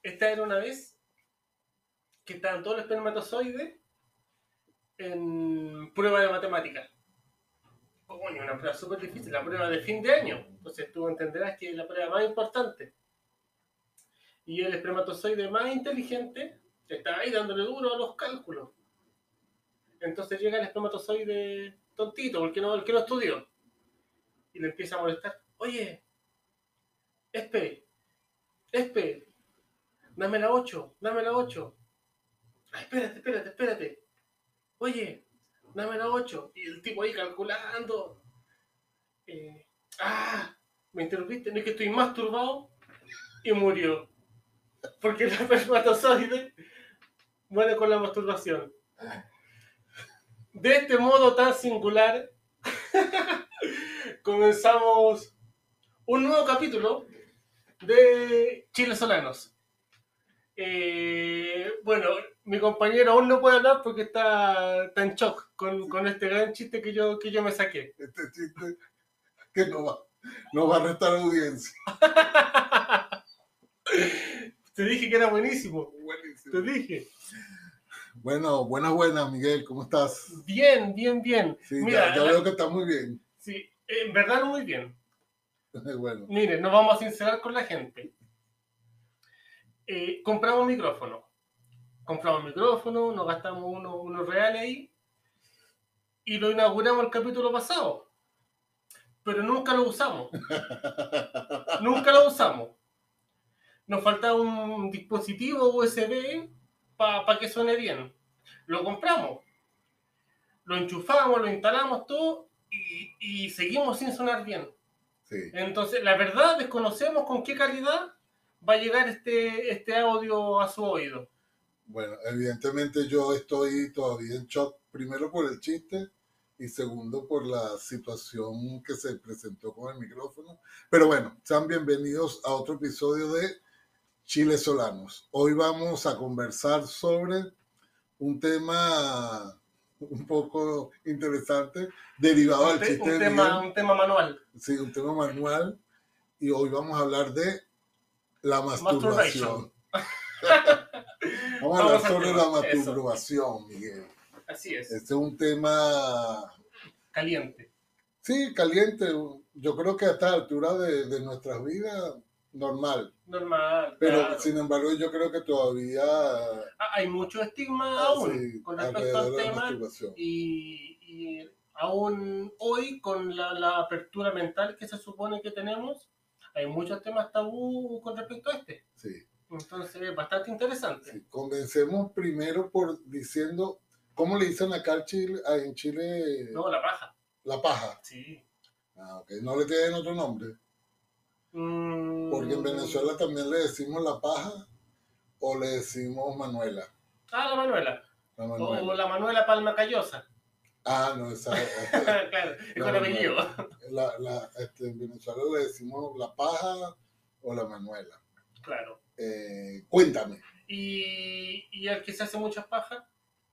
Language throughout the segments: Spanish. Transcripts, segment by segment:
Esta era una vez que estaban todos los espermatozoides en prueba de matemáticas. Coño, una prueba súper difícil, la prueba de fin de año. Entonces tú entenderás que es la prueba más importante. Y el espermatozoide más inteligente estaba ahí dándole duro a los cálculos. Entonces llega el espermatozoide tontito, el que no estudió, y le empieza a molestar. Oye, Espe, dame la 8, dame la 8. Ay, espérate. Oye, dame la 8. Y el tipo ahí calculando. Eh, ah, me interrumpiste, no es que estoy más turbado. Y murió. Porque el espermatozoide muere con la masturbación. De este modo tan singular, comenzamos un nuevo capítulo de Chilesolanos. Bueno, mi compañero aún no puede hablar porque está en shock con este gran chiste que yo me saqué. Este chiste que no va a restar audiencia. Te dije que era buenísimo. Buenísimo. Te dije. Bueno, buenas, Miguel, ¿cómo estás? Bien. Sí, Mira, ya veo que estás muy bien. Sí, en verdad no muy bien. Bueno. Mire, nos vamos a sincerar con la gente. Compramos micrófono, nos gastamos unos reales ahí y lo inauguramos el capítulo pasado. Pero nunca lo usamos. Nos faltaba un dispositivo USB para que suene bien. Lo compramos, lo enchufamos, lo instalamos todo y seguimos sin sonar bien. Sí. Entonces, la verdad, desconocemos con qué calidad va a llegar este audio a su oído. Bueno, evidentemente yo estoy todavía en shock, primero por el chiste y segundo por la situación que se presentó con el micrófono. Pero bueno, sean bienvenidos a otro episodio de Chilesolanos. Hoy vamos a conversar sobre un tema un poco interesante, derivado del chiste de Miguel. Un tema manual. Sí, un tema manual. Y hoy vamos a hablar de la masturbación. Vamos a hablar sobre la masturbación, Miguel. Así es. Este es un tema caliente. Sí, caliente. Yo creo que a esta altura de nuestras vidas, normal. Pero, claro. Sin embargo, yo creo que todavía hay mucho estigma aún sí, con respecto al tema. masturbación. Y aún hoy, con la apertura mental que se supone que tenemos, hay muchos temas tabú con respecto a este. Sí. Entonces, es bastante interesante. Sí. Comencemos primero por diciendo, ¿cómo le dicen acá en Chile? No, la paja. La paja. Sí. Ok. ¿No le tienen otro nombre? Porque en Venezuela también le decimos la paja o le decimos Manuela. La Manuela. La Manuela. O la Manuela Palma Callosa. No, esa claro, es con apellido. En Venezuela le decimos la paja o la Manuela. Claro. Cuéntame. ¿Y al que se hace muchas pajas?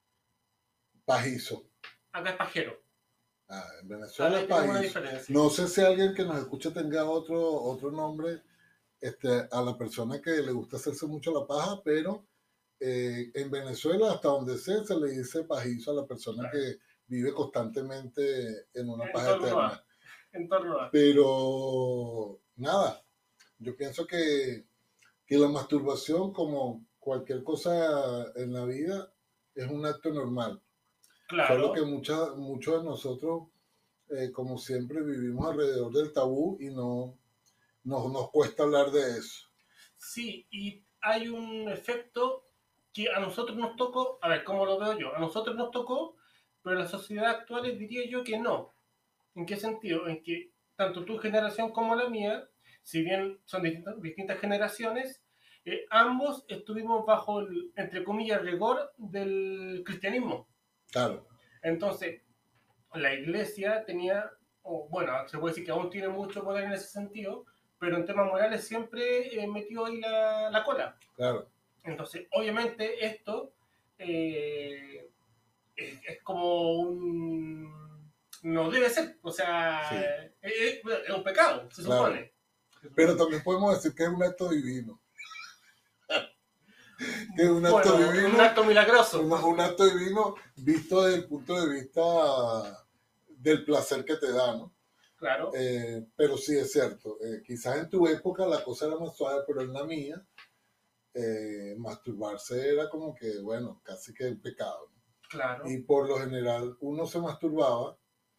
Pajizo. Acá es pajero. En Venezuela es pajizo. No sé si alguien que nos escucha tenga otro nombre a la persona que le gusta hacerse mucho la paja, pero en Venezuela, hasta donde sea, se le dice pajizo a la persona que vive constantemente en una paja eterna. En torno a. Pero nada, yo pienso que la masturbación, como cualquier cosa en la vida, es un acto normal. Claro. Solo que muchos de nosotros, como siempre, vivimos alrededor del tabú y nos cuesta hablar de eso. Sí, y hay un efecto que a nosotros nos tocó, a ver, ¿cómo lo veo yo? A nosotros nos tocó, pero en la sociedad actual diría yo que no. ¿En qué sentido? En que tanto tu generación como la mía, si bien son distintas generaciones, ambos estuvimos bajo el, entre comillas, rigor del cristianismo. Claro. Entonces, la iglesia tenía, bueno, se puede decir que aún tiene mucho poder en ese sentido, pero en temas morales siempre metió ahí la cola. Claro. Entonces, obviamente esto es como un... No debe ser, o sea, sí. Es un pecado, se supone. Pero también podemos decir que es un acto divino. que es un acto Bueno, divino, un acto milagroso. un acto divino visto desde el punto de vista del placer que te da, ¿no? Claro, Pero sí es cierto, quizás en tu época la cosa era más suave, pero en la mía, masturbarse era como que, bueno, casi que un pecado, ¿no? claro. Y por lo general uno se masturbaba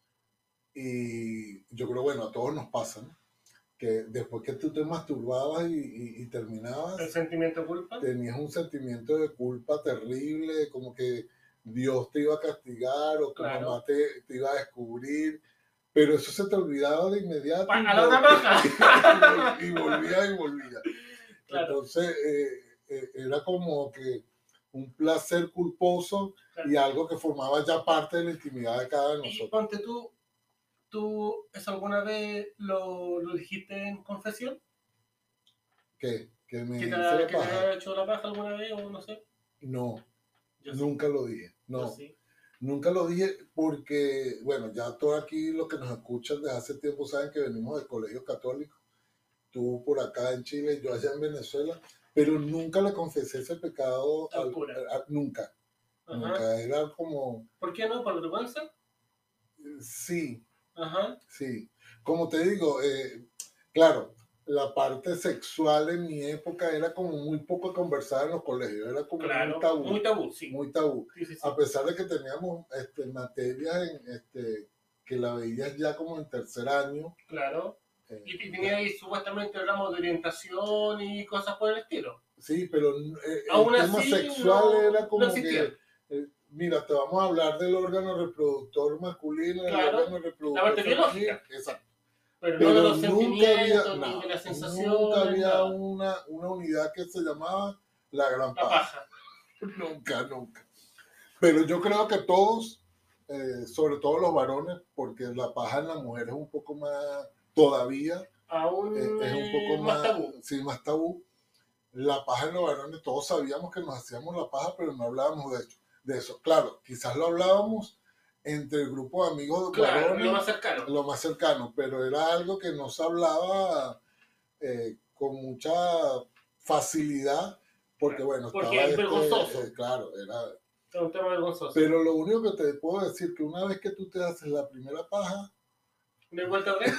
y yo creo, bueno, a todos nos pasa, ¿no? Que después que tú te masturbabas y El terminabas, sentimiento de culpa. tenías un sentimiento de culpa terrible, como que Dios te iba a castigar o tu Claro. mamá te iba a descubrir, pero eso se te olvidaba de inmediato A la otra paja. y volvía y volvía. Claro, Entonces era como que un placer culposo claro. y algo que formaba ya parte de la intimidad de cada de Y nosotros. ponte tú ¿eso alguna vez lo dijiste en confesión? Que me ¿Que te, hice la que te paja. había hecho la paja alguna vez o no sé? No, Yo sí, nunca lo dije. yo No, sí. nunca lo dije porque, bueno, ya todos aquí los que nos escuchan desde hace tiempo saben que venimos del colegio católico. Tú por acá en Chile, yo allá en Venezuela, pero nunca le confesé ese pecado Al cura. nunca. Ajá. Nunca. Era como, ¿Por qué no? ¿Por vergüenza? sí, Ajá. sí. Como te digo, claro, la parte sexual en mi época era como muy poco conversada en los colegios, era como muy Claro. tabú, Muy tabú, sí. muy tabú. Sí, sí, sí. A pesar de que teníamos materias que la veías ya como en tercer año. Claro. eh, Y tenía ahí supuestamente ramos de orientación y cosas por el estilo. sí, pero el Aún tema así, sexual no, era no como existía. que, mira, te vamos a hablar del órgano reproductor masculino, del Claro. órgano La reproductor parte femenino, biológica. exacto. Pero no de Pero los nunca había, sentimientos, ni de nada, las nunca sensaciones, había nada. una unidad que se llamaba la gran La paja. paja. Nunca, nunca. Pero yo creo que todos, sobre todo los varones, porque la paja en la mujer es un poco más, todavía, Aún es un poco más más, tabú. sí, más tabú. La paja en los varones, todos sabíamos que nos hacíamos la paja, pero no hablábamos de eso. Claro, quizás lo hablábamos entre el grupo de amigos Claro, lo varones, más cercano. lo más cercano, pero era algo que no se hablaba con mucha facilidad, porque Claro. bueno, Porque estaba es vergonzoso. claro, era... Es un tema vergonzoso. Pero lo único que te puedo decir que una vez que tú te haces la primera paja, ¿No hay vuelta atrás?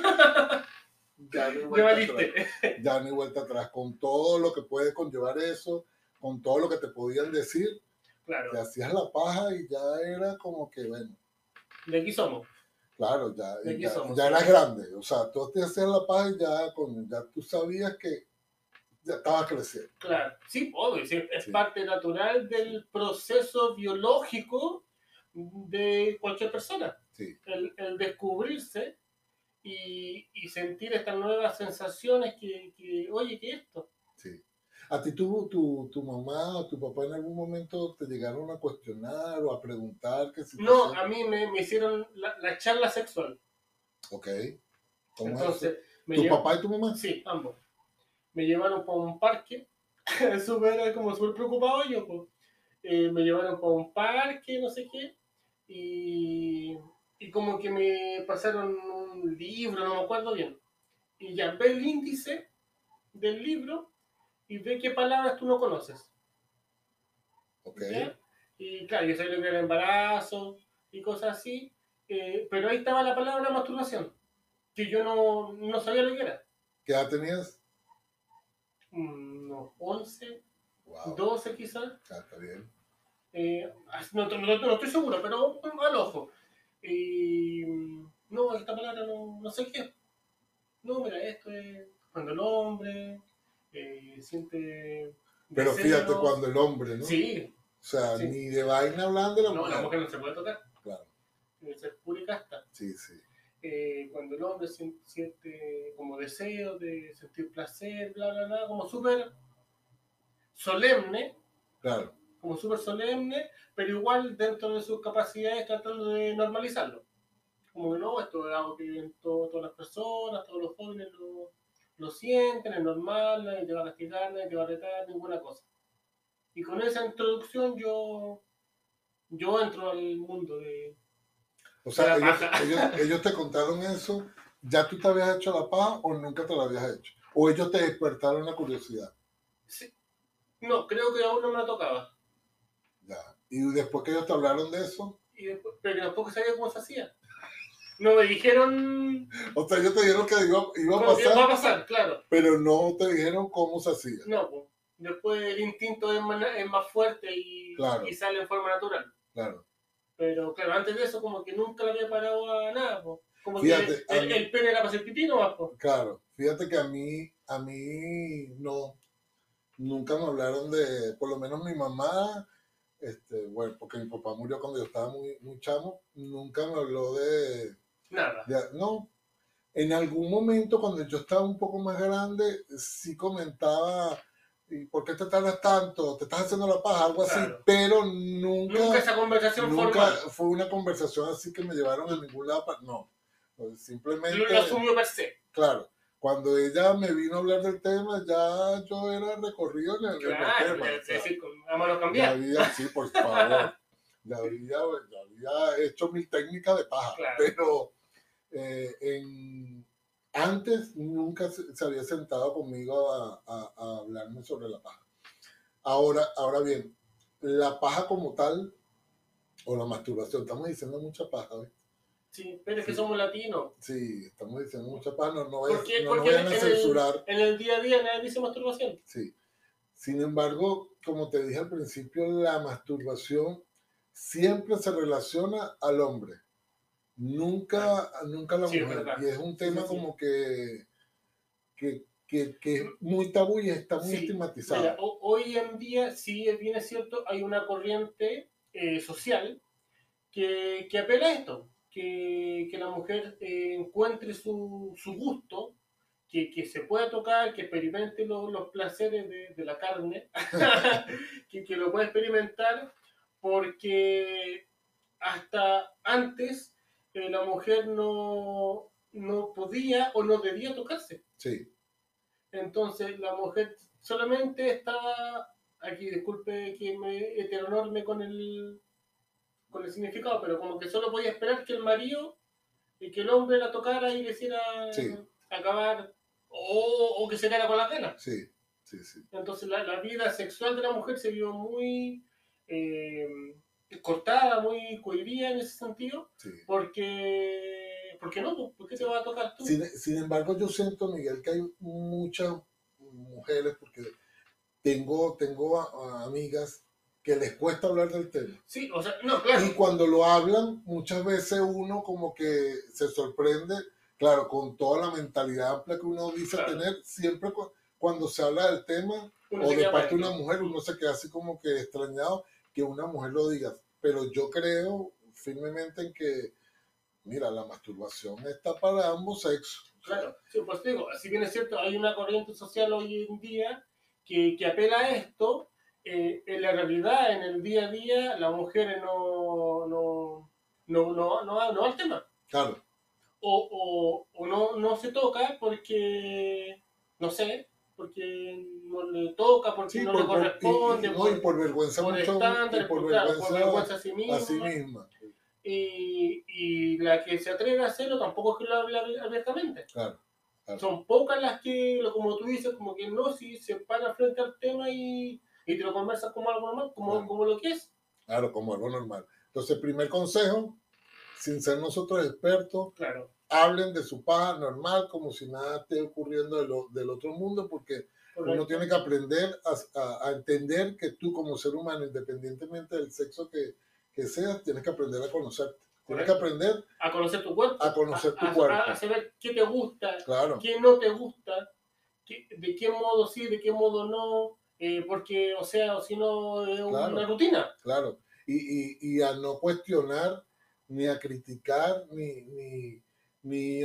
ya no hay Ya vuelta valiste. atrás. Ya no hay vuelta atrás. Con todo lo que puede conllevar eso, con todo lo que te podían decir, Claro. te hacías la paja y ya era como que, bueno, De aquí somos. claro, De aquí ya, somos. ya Sí. eras grande. O sea, tú te hacías la paja y ya tú sabías que ya estabas creciendo. Claro. Sí, obvio. Sí, es Sí. parte natural del proceso biológico de cualquier persona. Sí. El descubrirse y sentir estas nuevas sensaciones que oye, ¿qué es esto? Sí. ¿A ti tu mamá o tu papá en algún momento te llegaron a cuestionar o a preguntar que si te No, hacían? a mí me hicieron la charla sexual. Ok. ¿Cómo es eso? Entonces, ¿Tu papá y tu mamá? Sí, ambos. Me llevaron para un parque, como súper preocupado yo, pues. Me llevaron para un parque, no sé qué, y como que me pasaron un libro, no me acuerdo bien. Y ya ve el índice del libro y ve qué palabras tú no conoces. Ok. ¿Ya? Y claro, yo sabía lo que era embarazo y cosas así, pero ahí estaba la palabra masturbación, que yo no sabía lo que era. ¿Qué edad tenías? Unos 11, Wow. 12 quizás. Ah, está bien. No estoy seguro, pero al ojo. No, esta palabra no sé qué. No, mira, esto es cuando el hombre siente Pero fíjate, deseo. cuando el hombre, ¿no? Sí, O sea, sí. ni de vaina hablando la No, mujer. la mujer no se puede tocar. Claro. Tiene que ser pura y casta. Sí, sí. Cuando el hombre siente como deseo de sentir placer, bla, bla, bla, como súper solemne. Claro. Como súper solemne, pero igual dentro de sus capacidades tratando de normalizarlo. Como que no, esto es algo que viven todas las personas, todos los jóvenes lo sienten, es normal, nadie te va a castigar, nadie te va a retar, ninguna cosa. Y con esa introducción yo entro al mundo de O sea, la paja. ellos te contaron eso, ¿ya tú te habías hecho la paja o nunca te la habías hecho? ¿O ellos te despertaron la curiosidad? Sí. No, creo que aún no me la tocaba. Ya. Y después que ellos te hablaron de eso, Y después, pero tampoco sabía cómo se hacía. No me dijeron o sea, ellos te dijeron que iba a como que va a pasar, pasar, claro. pero no te dijeron cómo se hacía. No, pues. Después el instinto es más fuerte y Claro, sale en forma natural. claro. Pero claro, antes de eso como que nunca le había parado a nada, pues. Como que Fíjate, a mí, el pene era para hacer pipí nomás, pues. claro, fíjate que a mí no, nunca me hablaron de, por lo menos mi mamá, bueno, porque mi papá murió cuando yo estaba muy chamo, nunca me habló Nada. no, en algún momento cuando yo estaba un poco más grande, sí comentaba, ¿y por qué te tardas tanto? ¿Te estás haciendo la paja? Algo así, Claro. pero Nunca esa conversación nunca formal. fue una conversación así que me llevaron a ningún lado, no, Lo simplemente, asumió per se. claro, cuando ella me vino a hablar del tema, ya yo era recorrido en el Claro, tema, o es sea, decir, a mano ya cambiar. había, sí, por favor, ya había hecho mi técnica de paja, Claro. pero antes nunca se había sentado conmigo a hablarme sobre la paja. Ahora bien, la paja como tal, o la masturbación, estamos diciendo mucha paja, ¿ves? Sí, pero es que Sí, somos latinos. sí, estamos diciendo mucha paja, no nos Porque vayan a censurar. en el día a día nadie dice masturbación. Sí. Sin embargo, como te dije al principio, la masturbación siempre se relaciona al hombre, Claro. nunca a la Sí, es mujer. verdad. Y es un Sí, sí, tema sí. como que es muy tabú y está muy Sí, mira, estigmatizado. hoy en día, sí, bien es cierto, hay una corriente social que apela a esto, que la mujer encuentre su gusto, que se pueda tocar, que experimente los placeres de la carne, que lo pueda experimentar, porque hasta antes la mujer no podía o no debía tocarse. Sí, Entonces la mujer solamente estaba, aquí disculpe que me heteronorme con el significado, pero como que solo podía esperar que el marido y que el hombre la tocara y le hiciera sí, acabar o que se quedara con las ganas. sí, sí, sí, Entonces la vida sexual de la mujer se vio muy eh, cortada, muy cohibida en ese sentido, sí. porque no, ¿por qué te Sí. vas a tocar tú? Sin embargo, yo siento, Miguel, que hay muchas mujeres, porque tengo amigas que les cuesta hablar del tema. Sí, o sea, no, Y claro, cuando lo hablan, muchas veces uno como que se sorprende, claro, con toda la mentalidad amplia que uno dice claro, tener, siempre cuando se habla del tema uno o se de queda para parte de una adentro. mujer, uno se queda así como que extrañado que una mujer lo diga. Pero yo creo firmemente en que, mira, la masturbación está para ambos sexos. O sea, Claro, sí, pues te digo, si bien es cierto, hay una corriente social hoy en día que apela a esto, en la realidad, en el día a día, las mujeres no va al tema. claro, O no se toca porque, no sé, porque no le toca, porque sí, no le corresponde, no, y por vergüenza por mucho, y estándares, por claro, por vergüenza vergüenza a sí a sí misma. misma. Y la que se atreve a hacerlo tampoco es que lo hable abiertamente. Claro, claro, Son pocas las que, como tú dices, como que no, si se paran frente al tema y te lo conversas como algo normal, claro, como lo que es. claro, como algo normal. Entonces, primer consejo, sin ser nosotros expertos, Claro, hablen de su paja normal, como si nada esté ocurriendo del otro mundo, porque uno correcto, tiene que aprender a entender que tú como ser humano, independientemente del sexo que seas, tienes que aprender a conocerte. Tienes que correcto. aprender A conocer tu a cuerpo, conocer tu cuerpo. a saber qué te gusta, Claro, qué no te gusta, de qué modo sí, de qué modo no, porque, o sea, o si no, es una claro, rutina. claro. Y a no cuestionar, ni a criticar, ni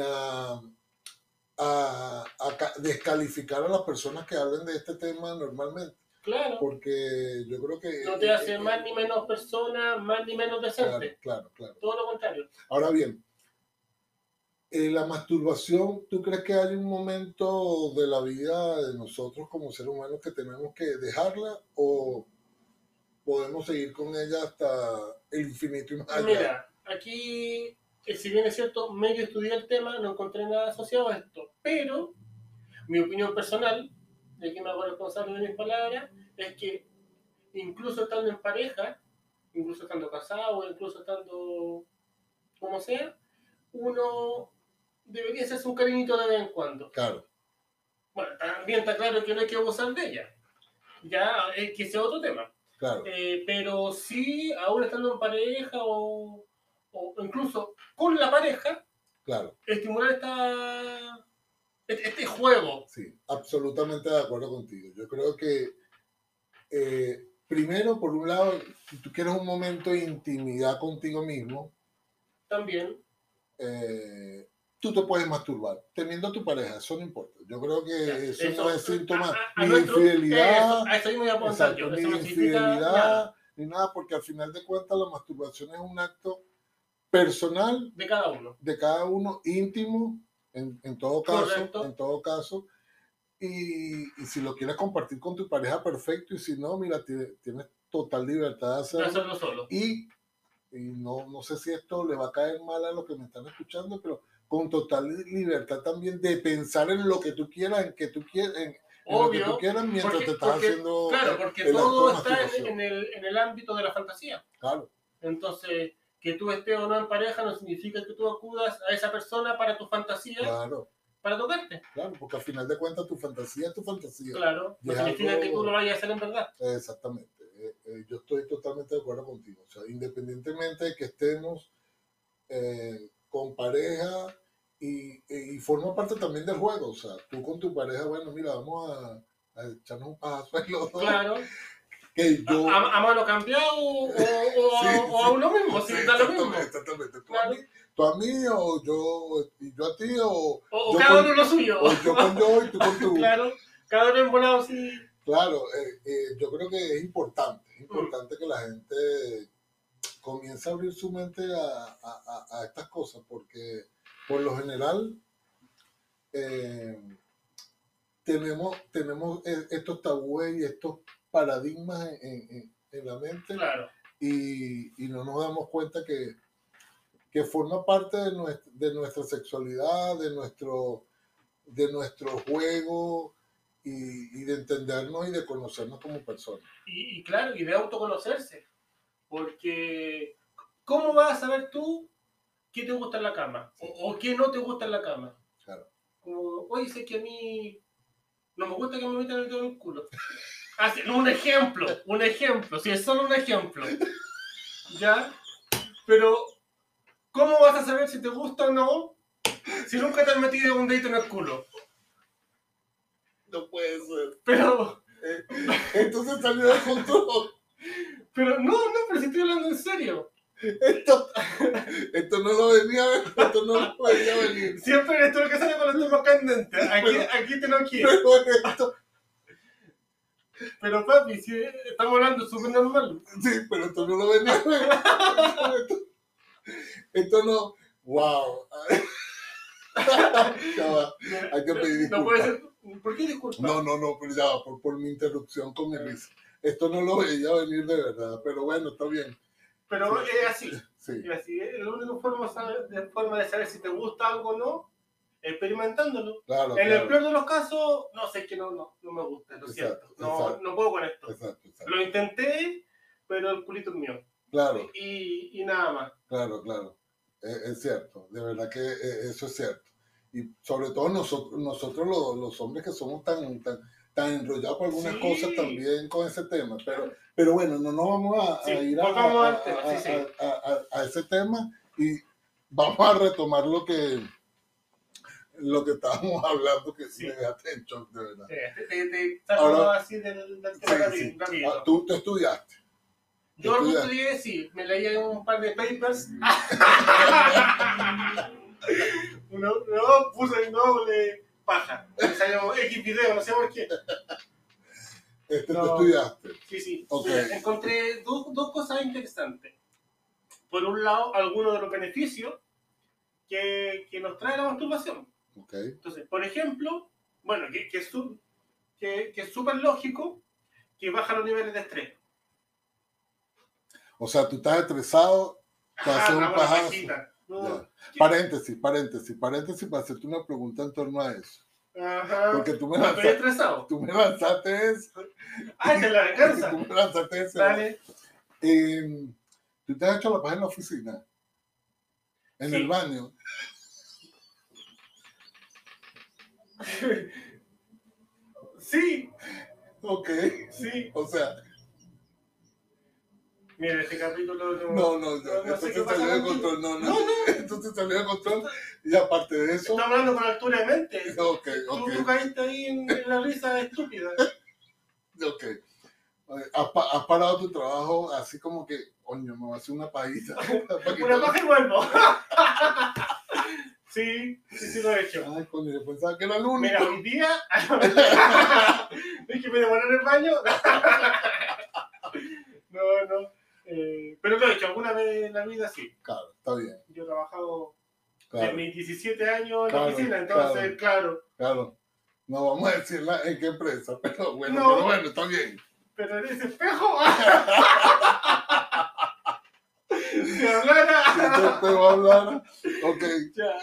a descalificar a las personas que hablen de este tema normalmente, Claro, porque yo creo que, no te hace más ni menos persona, más ni menos claro, decente. claro, claro. Todo lo contrario. Ahora bien, la masturbación, ¿tú crees que hay un momento de la vida de nosotros como seres humanos que tenemos que dejarla o podemos seguir con ella hasta el infinito y más allá? Mira, aquí, si bien es cierto, medio estudié el tema, no encontré nada asociado a esto, pero mi opinión personal, de que me hago responsable de mis palabras, es que incluso estando en pareja, incluso estando casado, incluso estando como sea, uno debería hacerse un cariñito de vez en cuando. Claro. Bueno, también está claro que no hay que abusar de ella. Ya, es que ese es otro tema. Claro. Pero sí, aún estando en pareja o incluso con la pareja, Claro. estimular este juego. Sí, absolutamente de acuerdo contigo. Yo creo que primero, por un lado, si tú quieres un momento de intimidad contigo mismo, También. Tú te puedes masturbar teniendo a tu pareja, eso no importa. Yo creo que eso no es síntoma a ni de nuestro, infidelidad, a eso me voy a apuntar exacto, yo. ni Eso de no significa nada infidelidad, ni nada, porque al final de cuentas la masturbación es un acto personal de cada uno. de cada uno, íntimo, en todo Correcto. caso, y si lo quieres compartir con tu pareja, perfecto, y si no, mira, tienes total libertad de De hacerlo, hacerlo solo. y no sé si esto le va a caer mal a los que me están escuchando, pero con total libertad también de pensar en lo que tú quieras, en lo que tú quieras mientras te estás haciendo claro, porque el acto todo de está masturbación. en el ámbito de la fantasía. Claro. Entonces, que tú estés o no en pareja no significa que tú acudas a esa persona para tu fantasía, Claro. para tocarte. Claro, porque al final de cuentas tu fantasía es tu fantasía. Claro, no significa que tú lo vayas a hacer en verdad. Exactamente. Yo estoy totalmente de acuerdo contigo. O sea, independientemente de que estemos con pareja y forma parte también del juego. O sea, tú con tu pareja, bueno, mira, vamos a echarnos un paso en los dos. Claro. Que yo... a mano cambiada o a uno mismo, sí, si da lo mismo. Exactamente. Claro. Tú a mí o yo a ti o cada uno lo suyo. O yo con yo y tú con tú. Claro, cada uno en volado sí. Claro, yo creo que es importante que la gente comience a abrir su mente a estas cosas, porque por lo general tenemos estos tabúes y estos paradigmas en la mente, claro. y no nos damos cuenta que forma parte de nuestra sexualidad, de nuestro juego, y de entendernos y de conocernos como personas. Y claro, y de autoconocerse. Porque, ¿cómo vas a saber tú qué te gusta en la cama? O qué no te gusta en la cama. Claro. Como, oye, sé que a mí no me gusta que me metan el dedo en el culo. Así, un ejemplo, si es solo un ejemplo. ¿Ya? Pero, ¿cómo vas a saber si te gusta o no si nunca te has metido un dedito en el culo? No puede ser. Pero... entonces salió de control. Pero pero si estoy hablando en serio. Esto no lo venía a ver, esto no lo venía a venir. Siempre eres tú el que sale con los temas candentes. Aquí te lo quiero. Pero papi, si estamos hablando súper normal. Sí, pero esto no lo venía a ver. Esto no. ¡Wow! Ya va. Hay que pedir disculpas. No puede ser. ¿Por qué disculpas? No, pero ya va, por mi interrupción con mi risa. Esto no lo veía venir de verdad, pero bueno, está bien. Pero sí. es así. Sí. Es así. La única forma de saber si te gusta algo o no, experimentándolo. Claro, en el peor de los casos, no sé, que no me gusta, lo siento. No puedo con esto. Exacto. Lo intenté, pero el culito es mío. Claro. Y nada más. Claro. Es cierto, de verdad que eso es cierto. Y sobre todo nosotros los hombres que somos tan enrollados por algunas cosas también con ese tema. Pero bueno, no nos vamos a ir a ese tema, y vamos a retomar lo que estábamos hablando, que me dejaste en shock, de verdad. Te saco así del tema. Tú estudiaste. Yo lo estudié, sí, me leí un par de papers. Puse el nombre paja. Me salió X video, no sé por qué. Tú estudiaste. Sí. Okay. Encontré dos cosas interesantes. Por un lado, algunos de los beneficios que nos trae la masturbación. Okay. Entonces, por ejemplo, bueno, que es súper lógico, que baja los niveles de estrés. O sea, tú estás estresado, te haces un pajazo. Paréntesis, para hacerte una pregunta en torno a eso. Ajá. Porque tú me No estoy lanzaste, estresado. tú me lanzaste eso. Ah, esta es la venganza. Tú me lanzaste eso. Dale. ¿Tú te has hecho la paja en la oficina? ¿En Sí. el baño? Sí, Ok. sí. O sea, Mira, este capítulo no, no esto sé qué se pasa salió de contigo. control. No, No, no. esto se salió de control. Y aparte de eso, Está hablando con altura de mente. ok. Tú caíste ahí en la risa estúpida. Ok. Has parado tu trabajo así como que, coño, me voy a hacer una pajita. Una paja y vuelvo. Sí, lo he hecho. Ay, coño, yo pensaba que era el único. Mira, hoy día. Es que me demoré en el baño. No. Pero lo he hecho alguna vez en la vida, sí. Claro, está bien. Yo he trabajado de Claro, mis 17 años en Claro, la oficina, entonces, claro. claro. No vamos a decir en qué empresa, pero bueno, No. está bien. Pero en ese espejo. Si hablara. Si este espejo hablara, ok. Ya.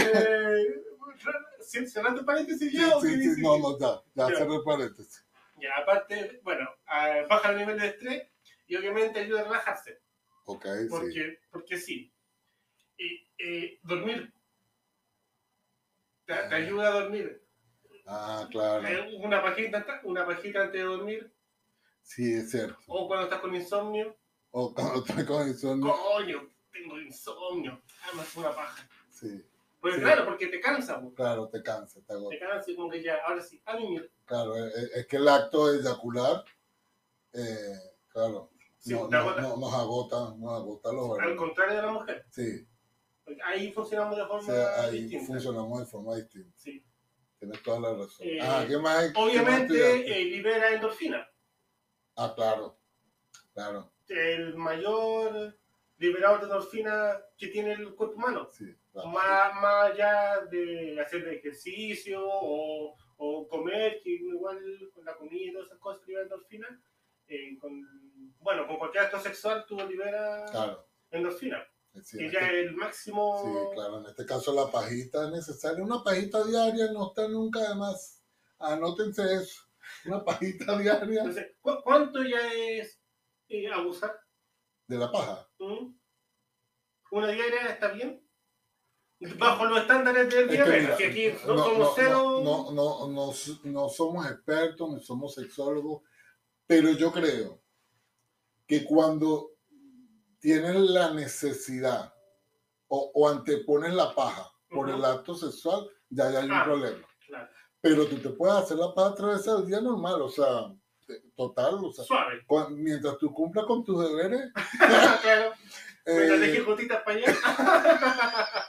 Cerrando paréntesis Sí, ya. sí, no, ya cerré paréntesis. Ya, aparte, bueno, baja el nivel de estrés y obviamente ayuda a relajarse. Ok, Porque sí. Dormir te ayuda a dormir. Ah, claro. Una pajita antes de dormir. Sí, es cierto. O cuando estás con insomnio. O cuando estoy con insomnio. Coño, tengo insomnio. Además, una paja. Sí. Pues sí. claro, porque te cansa. Claro, te cansa, te agota. Te cansa y como que ya, ahora sí, a mimir. Claro, es que el acto de eyacular, claro, Sí, nos agota los varones. Al contrario de la mujer. Sí. Ahí funcionamos de forma distinta. Funcionamos de forma distinta. Sí. Tienes toda la razón. ¿Qué más? Obviamente libera endorfina. Ah, claro. El mayor liberador de endorfina que tiene el cuerpo humano. Sí, claro. Más allá de hacer ejercicio o comer, que igual con la comida y todas esas cosas libera endorfina. Con cualquier acto sexual tú liberas endorfina. Que ya es el máximo. Sí, claro, en este caso la pajita es necesaria. Una pajita diaria no está nunca de más. Anótense eso. Una pajita diaria. Entonces, ¿cuánto ya es abusar? ¿De la paja? ¿Una diaria está bien? Bajo los estándares del diabetes, que aquí somos cero. No somos expertos, no somos sexólogos, pero yo creo que cuando tienes la necesidad o antepones la paja por el acto sexual, ya hay un problema. Claro. Pero tú te puedes hacer la paja a través del día normal, o sea, total, o sea, suave. Mientras tú cumplas con tus deberes. Claro. Mientras dejes gotitas para allá.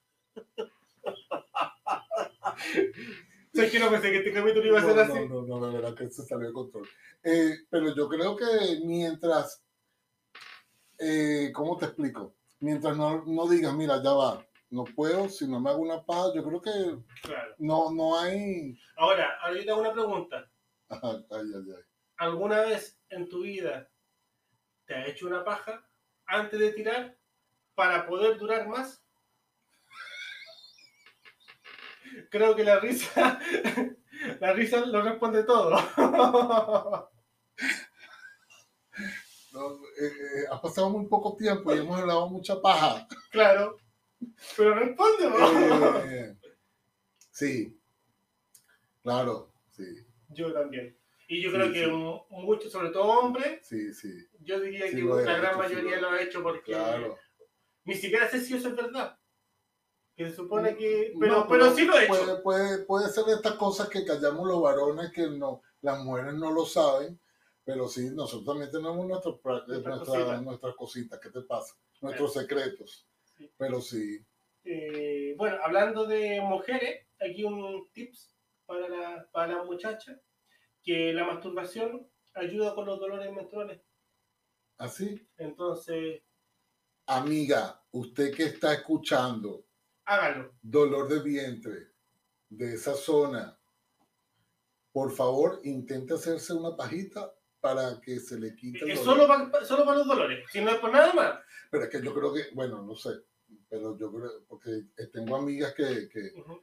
¿Sabes que no pensé que este capítulo iba a ser así? No, la verdad que se salió de control. Pero yo creo que mientras, ¿cómo te explico? Mientras no digas, mira, ya va, no puedo, si no me hago una paja, yo creo que no hay... Ahora yo te hago una pregunta. Ay. ¿Alguna vez en tu vida te has hecho una paja antes de tirar para poder durar más? Creo que la risa lo responde todo. Ha pasado muy poco tiempo y hemos hablado mucha paja. Claro, pero responde. Sí, claro, sí. Yo también. Y yo creo que muchos, sobre todo hombres, yo diría que la gran mayoría lo ha hecho porque ni siquiera sé si eso es verdad. Que se supone que... Pero sí lo he hecho. Puede ser de estas cosas que callamos los varones, que no, las mujeres no lo saben, pero sí, nosotros también tenemos nuestras cositas. ¿Qué te pasa? Nuestros secretos. Sí. Pero sí. Bueno, hablando de mujeres, aquí un tips para la muchacha, que la masturbación ayuda con los dolores menstruales. ¿Ah, sí? Entonces... Amiga, usted que está escuchando, hágalo. Dolor de vientre de esa zona, por favor, intente hacerse una pajita para que se le quite el dolor. Solo para los dolores, si no es por nada más. Pero es que yo creo que, bueno, no sé, pero yo creo, porque tengo amigas que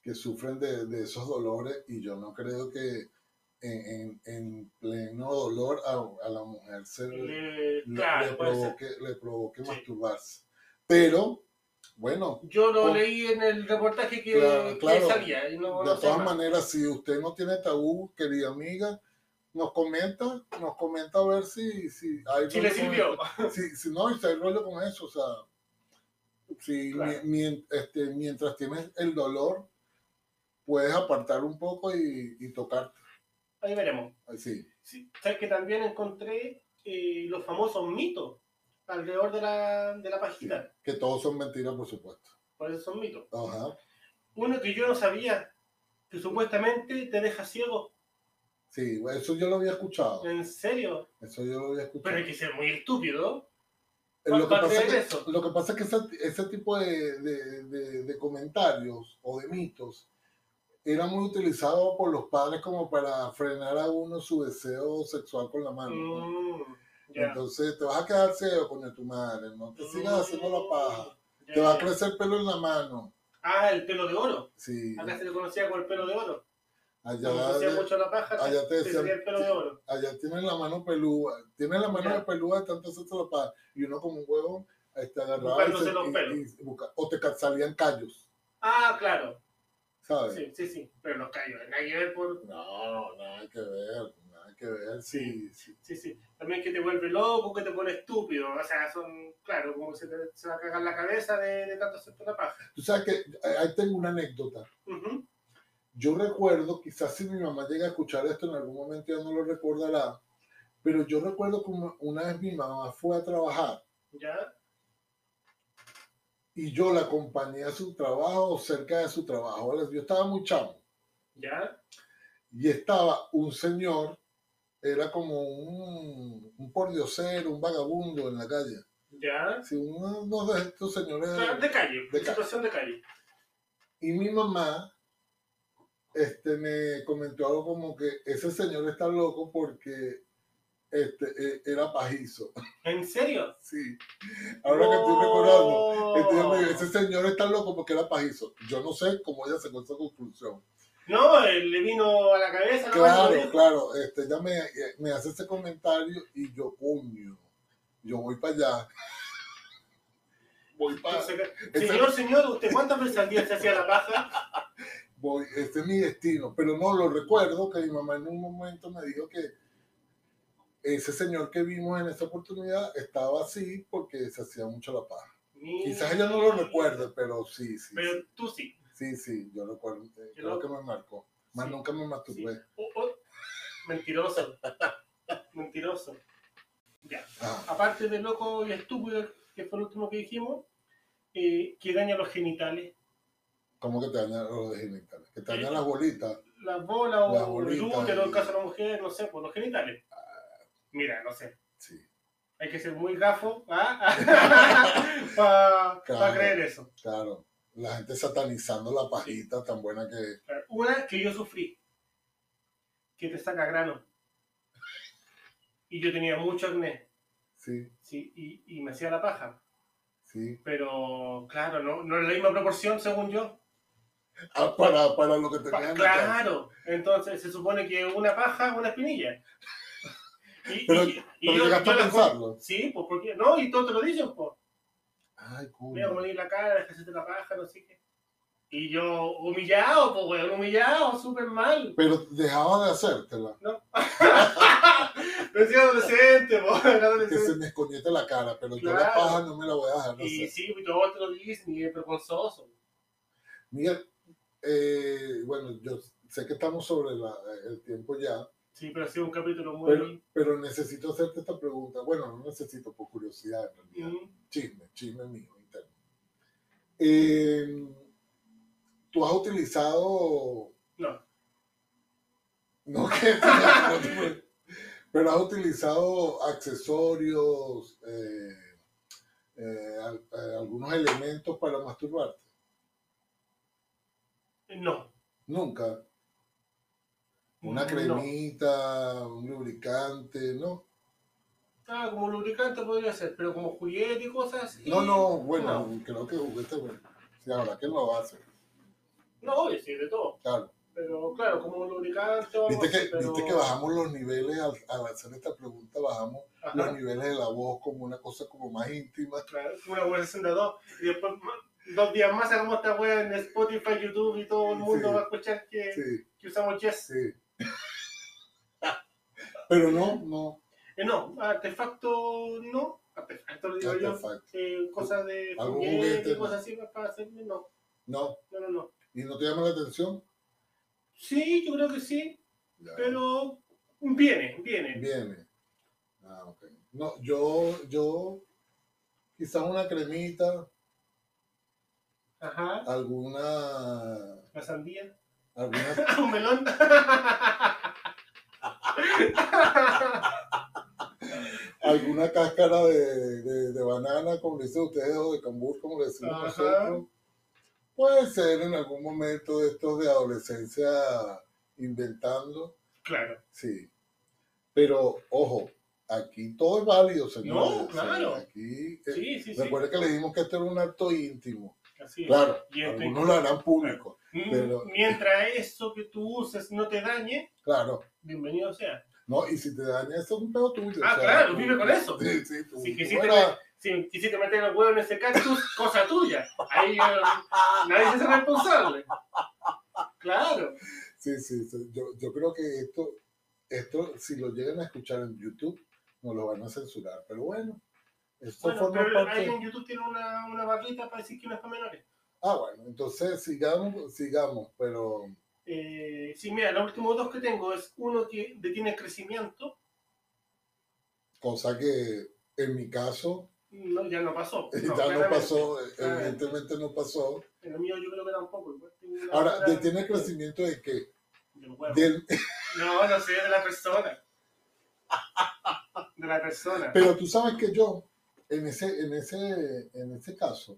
que sufren de esos dolores y yo no creo que en pleno dolor a la mujer Claro, puede ser. le provoque Sí. masturbarse. Pero, bueno, Yo lo leí en el reportaje claro, que claro, salía y no, de no sé todas más. maneras, si usted no tiene tabú, querida amiga, nos comenta a ver si hay Si le rollo con sirvió. esto. Si no, y si hay rollo con eso, o sea, si Claro, mientras tienes el dolor, puedes apartar un poco y tocarte. ahí veremos. Así. Sí, sabes que también encontré los famosos mitos alrededor de la Sí, pajita. que todos son mentiras, por supuesto. Por eso son mitos. Ajá. Uno que yo no sabía, que supuestamente te deja ciego. Sí, eso yo lo había escuchado. ¿En serio? Eso yo lo había Pero escuchado. hay que ser muy estúpido Lo que para pasa creer que, eso. lo que pasa es que ese tipo de comentarios o de mitos era muy utilizado por los padres como para frenar a uno su deseo sexual con la mano, pues. Ya. Entonces te vas a quedar ciego, coño, tu madre, no te sigas haciendo la paja. Ya, Te va a ya. crecer pelo en la mano. Ah, el pelo de oro. Sí, Acá se le conocía como el pelo de oro. Cuando se allá, hacía mucho la paja, allá te te salía decían, el pelo de oro. allá tienen la mano pelúa, tienen la mano de Ya. pelúa de tanto hacerse la paja. Y uno como un huevo agarraba Buscándose los pelos. o te salían callos, Ah, claro. ¿sabes? Sí, sí, sí. Pero los callos, nada que ver por. No, nada que ver, Sí, sí, sí. sí, sí. También que te vuelve loco, que te pone estúpido. O sea, son, claro, como se va a cagar la cabeza de tanto hacerte la paja. Tú sabes que ahí tengo una anécdota. Ujú. Yo recuerdo, quizás si mi mamá llega a escuchar esto en algún momento ya no lo recordará, pero yo recuerdo como una vez mi mamá fue a trabajar ¿Ya? y yo la acompañé a su trabajo o cerca de su trabajo, ¿vale? Yo estaba muy chamo ¿Ya? y estaba un señor, era como un pordiosero, un vagabundo en la calle. ¿Ya? Sí, uno de estos señores Claro, de calle, de en calle. situación de calle. Y mi mamá me comentó algo como que ese señor está loco porque era pajizo. ¿En serio? Sí, ahora que estoy recordando, ella me dijo, ¡Wow! ese señor está loco porque era pajizo. Yo no sé cómo ella sacó esa conclusión. No, le vino a la cabeza, no, y lo Claro, dijo. claro, ella me hace ese comentario y yo, coño, yo voy para allá, voy para... Entonces, señor, señor, ¿usted cuántas veces al día se hacía la paja? Voy, este es mi destino, pero no lo recuerdo que mi mamá en un momento me dijo que ese señor que vimos en esa oportunidad estaba así porque se hacía mucho la paja. Quizás ella no lo recuerde, pero sí, sí. Pero Sí, tú sí. sí, sí, yo recuerdo. Creo que me marcó. Más Sí, nunca me masturbé. sí. Mentiroso. Mentiroso. Ya. Ah, Aparte de loco y estúpido, que fue el último que dijimos, que daña los genitales. ¿cómo que te dañan los genitales? Que te dañan Eh, las bolitas. las bolas Las o el bolitas. útero, en caso de la mujer, no sé, por los genitales. Mira, no sé. Sí. Hay que ser muy gafo para Claro, creer eso. claro. La gente satanizando la pajita tan buena que... Una que yo sufrí, que te saca grano. Y yo tenía mucho acné. Sí, Sí, y me hacía la paja. sí. Pero, claro, no es la misma proporción según yo. Ah, para lo que tenías en la casa. Claro, entonces se supone que una paja, una espinilla. Pero Yo llegaste a pensarlo. Sí, pues porque. No, y todos te lo dicen, pues. Ay, Mira cómo coño. le di la cara, déjate la paja, no sé qué. Y yo, humillado, pues, weón, humillado, súper mal. Pero dejaba de hacértela. ¿No? Pero sí, adolescente, pues, era Que adolescente. se me escoñete la cara, pero yo la Claro. paja no me la voy a dejar de Y hacer. sí, y todos te lo dicen, y es vergonzoso. Miguel, bueno, yo sé que estamos sobre el tiempo ya, Sí, pero ha sido un capítulo muy. pero necesito hacerte esta pregunta. Bueno, no necesito, por curiosidad en realidad. Chisme mío interno. ¿Tú has utilizado... No, No, que... pero has utilizado accesorios, algunos elementos para masturbarte? no, Nunca. Una no. cremita, un lubricante, ¿no? Ah, como lubricante podría ser, pero como juguete y cosas así. No, bueno, No. creo que juguete, bueno. Sí, ahora que lo hace. No, sí, de todo. Claro. Pero claro, como un lubricante o algo Viste así, pero... viste que bajamos los niveles al hacer esta pregunta, bajamos Ajá. los niveles de la voz como una cosa como más íntima. Claro, una conversación de dos. Y después 2 días más hagamos esta wea en Spotify, YouTube y todo el mundo Sí, va a escuchar que, sí, que usamos Yes. sí. Pero no, No, artefacto no. Artefacto lo digo artefacto. yo. Cosas de ¿Algún juguete juguete? y cosas así para hacerme, no. No. No. ¿Y no te llama la atención? Sí, yo creo que sí, Ya. pero viene. Viene. Ah, ok. No, yo quizás una cremita, Ajá. alguna, La sandía. alguna, Un melón. alguna cáscara de banana, como le dicen ustedes, o de cambur, como le decimos Ajá. nosotros. Puede ser en algún momento de estos de adolescencia inventando. Claro. Sí. Pero, ojo, aquí todo es válido, señores. No, claro. O sea, aquí, Sí. recuerden que le dijimos que esto era un acto íntimo. Así es. Claro, Y algunos lo harán público. Claro. Pero, mientras eso que tú uses no te dañe, claro. Bienvenido sea. No, y si te daña, eso es un pedo tuyo. Ah, o sea, claro, vive con eso. Sí, tú, si tú quisiste meter el huevo en ese cactus, cosa tuya. Ahí nadie se hace responsable. Claro. Sí. Yo creo que esto, si lo llegan a escuchar en YouTube, no lo van a censurar. Pero bueno, esto forma pero parte. ahí en YouTube tiene una barrita para decir que no es para menores. Ah, bueno, entonces sigamos, pero... Sí, mira, los últimos dos que tengo es uno que detiene crecimiento. Cosa que en mi caso... No, ya no pasó. Ya no pasó, evidentemente no pasó. En el mío yo creo que tampoco. Ahora, ¿detiene el crecimiento de qué? Del huevo. Del... No sé, de la persona. De la persona. Pero tú sabes que yo, en ese caso,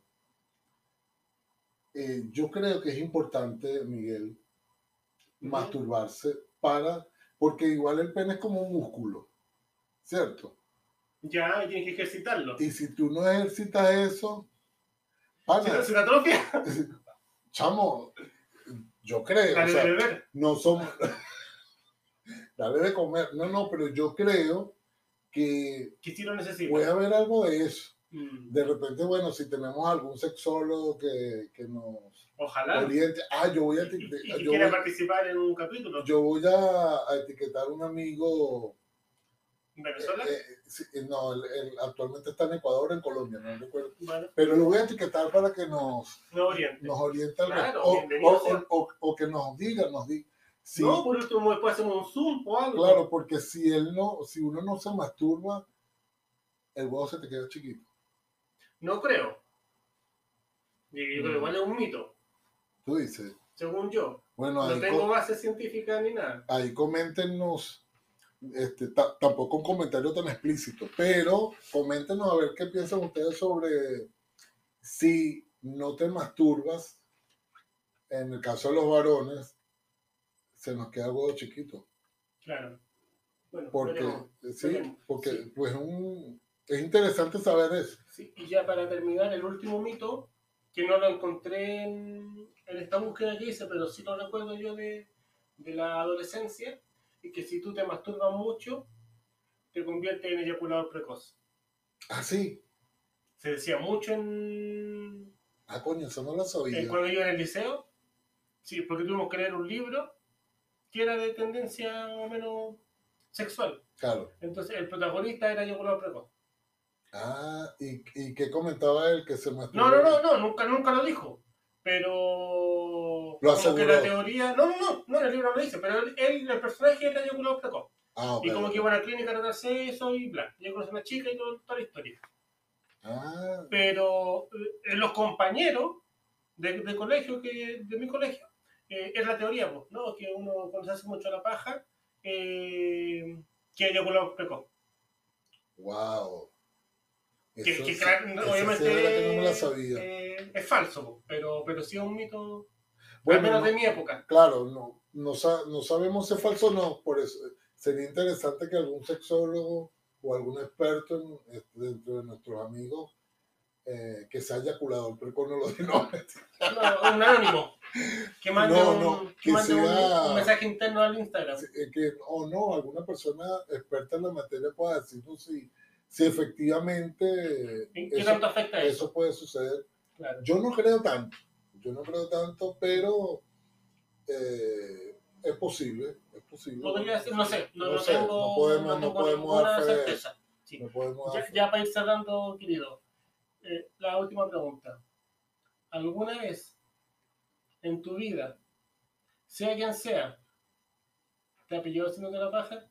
yo creo que es importante, Miguel, masturbarse porque igual el pene es como un músculo, ¿cierto? Ya, y tienes que ejercitarlo. Y si tú no ejercitas eso, pana, ¿Se te atrofia? Chamo, yo creo, Dale o sea, de beber. no somos... Dale de comer. No, pero yo creo que sí lo necesita. puede haber algo de eso. De repente, bueno, si tenemos algún sexólogo que nos Ojalá oriente. Yo voy a y quiera participar en un capítulo. Yo voy a etiquetar a un amigo. ¿Venezuela? No, él actualmente está en Ecuador, en Colombia, no recuerdo. Bueno. Pero lo voy a etiquetar para que nos oriente claro, o que nos diga. Sí, no, por último después hacemos un Zoom o algo. Claro, porque si uno no se masturba, el huevo se te queda chiquito. No creo. Yo creo que igual es un mito. Tú dices. Según yo. Bueno, no tengo base científica ni nada. Ahí coméntenos, tampoco un comentario tan explícito, pero coméntenos a ver qué piensan ustedes sobre si no te masturbas, en el caso de los varones, se nos queda el huevo chiquito. Claro. Bueno, porque sí. Pues es interesante saber eso. Sí, y ya para terminar, el último mito, que no lo encontré en esta búsqueda que hice, pero sí lo recuerdo yo de la adolescencia, es que si tú te masturbas mucho, te conviertes en eyaculador precoz. ¿Ah, sí? Se decía mucho en... Coño, eso no lo sabía. Cuando yo en el liceo, sí, porque tuvimos que leer un libro que era de tendencia más o menos sexual. Claro. Entonces el protagonista era eyaculador precoz. ¿Y qué comentaba él que se masturbaba? No, nunca lo dijo. Pero lo como que la teoría, no, en el libro no lo dice, pero el personaje era eyaculador precoz. Okay. Y como que iba a la clínica a tratarse eso y bla. Y conoce a una chica y toda la historia. Pero los compañeros de colegio, de mi colegio, es la teoría, ¿no? Que uno cuando se hace mucho la paja, que eyaculador precoz. Wow. Obviamente que no me la sabía. Es falso, pero sí es un mito, al menos de mi época. Claro, no sabemos si es falso o no, por eso sería interesante que algún sexólogo o algún experto dentro de nuestros amigos que sea eyaculador precoz, no lo digo. No, No, un anónimo. Que mande, que mande sea, un mensaje interno al Instagram. O no, alguna persona experta en la materia pueda decirnos si efectivamente ¿Qué tanto afecta eso puede suceder. Claro. Yo no creo tanto, pero es posible. Podría ser, no sé, no podemos ninguna certeza. Sí. No podemos ya para ir cerrando, querido, la última pregunta. ¿Alguna vez en tu vida, sea quien sea, te ha pillado haciéndote la paja?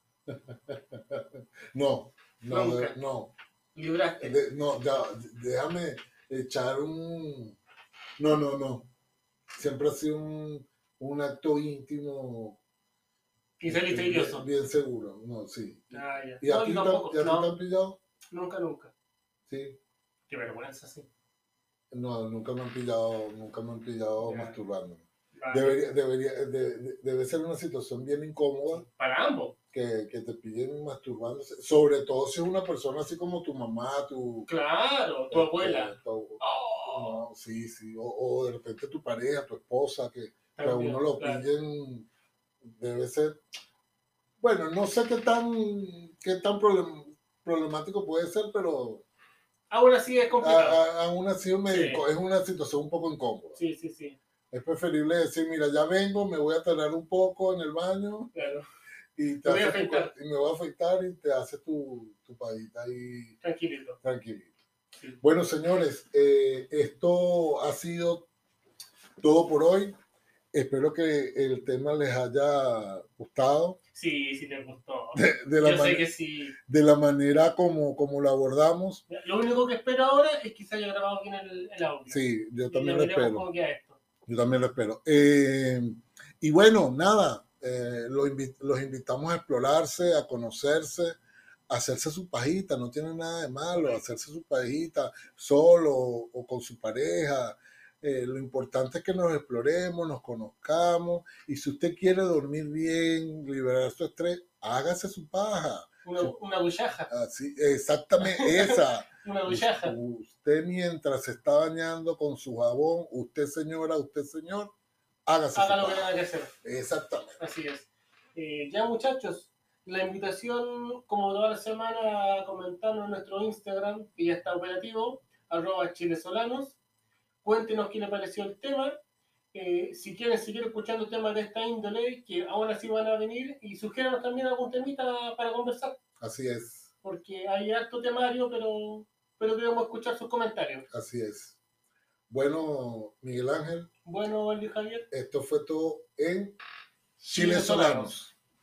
No. Nunca. No. ¿Libraste? No, ya, déjame echar un... No. Siempre ha sido un acto íntimo. Y saliste ileso. Bien seguro, no, sí. Ah, ya. ¿Y a ti te han pillado? Nunca. Sí. Qué vergüenza, sí. No, nunca me han pillado masturbándome. Vale. Debe ser una situación bien incómoda. Sí, para ambos. Que te pillen masturbándose. Sobre todo si es una persona así como tu mamá, Claro, tu abuela. No, sí. O de repente tu pareja, tu esposa, que a uno lo pillen. Debe ser. Bueno, no sé qué tan problemático puede ser, pero aún así es complicado. Aún así es una situación un poco incómoda. Sí. Es preferible decir, mira, ya vengo, me voy a tardar un poco en el baño. Claro. Y me voy a afeitar y te haces tu paguita ahí. Tranquilito. Sí. Bueno, señores, esto ha sido todo por hoy. Espero que el tema les haya gustado. Sí, les gustó. Yo sé que sí. De la manera como lo abordamos. Lo único que espero ahora es que se haya grabado bien el audio. Sí, yo también lo espero. Cómo queda esto. Yo también lo espero. Y bueno, nada, los invitamos a explorarse, a conocerse, a hacerse su pajita, no tiene nada de malo, hacerse su pajita solo o con su pareja. Lo importante es que nos exploremos, nos conozcamos, y si usted quiere dormir bien, liberar su estrés, hágase su paja. Una bullaja. Así, exactamente, esa. Una bullaja. Usted mientras se está bañando con su jabón, usted señora, usted señor, hágase haga lo que tenga que hacer. Exactamente. Así es. Ya muchachos, la invitación, como toda la semana, a comentarnos en nuestro Instagram, que ya está operativo, @chilesolanos. Cuéntenos qué les pareció el tema. Si quieren seguir escuchando temas de esta índole, que ahora sí van a venir, y sugiéranos también algún temita para conversar. Así es. Porque hay harto temario, pero queremos escuchar sus comentarios. Así es. Bueno, Miguel Ángel. Bueno, Luis Javier. Esto fue todo en Chilesolanos.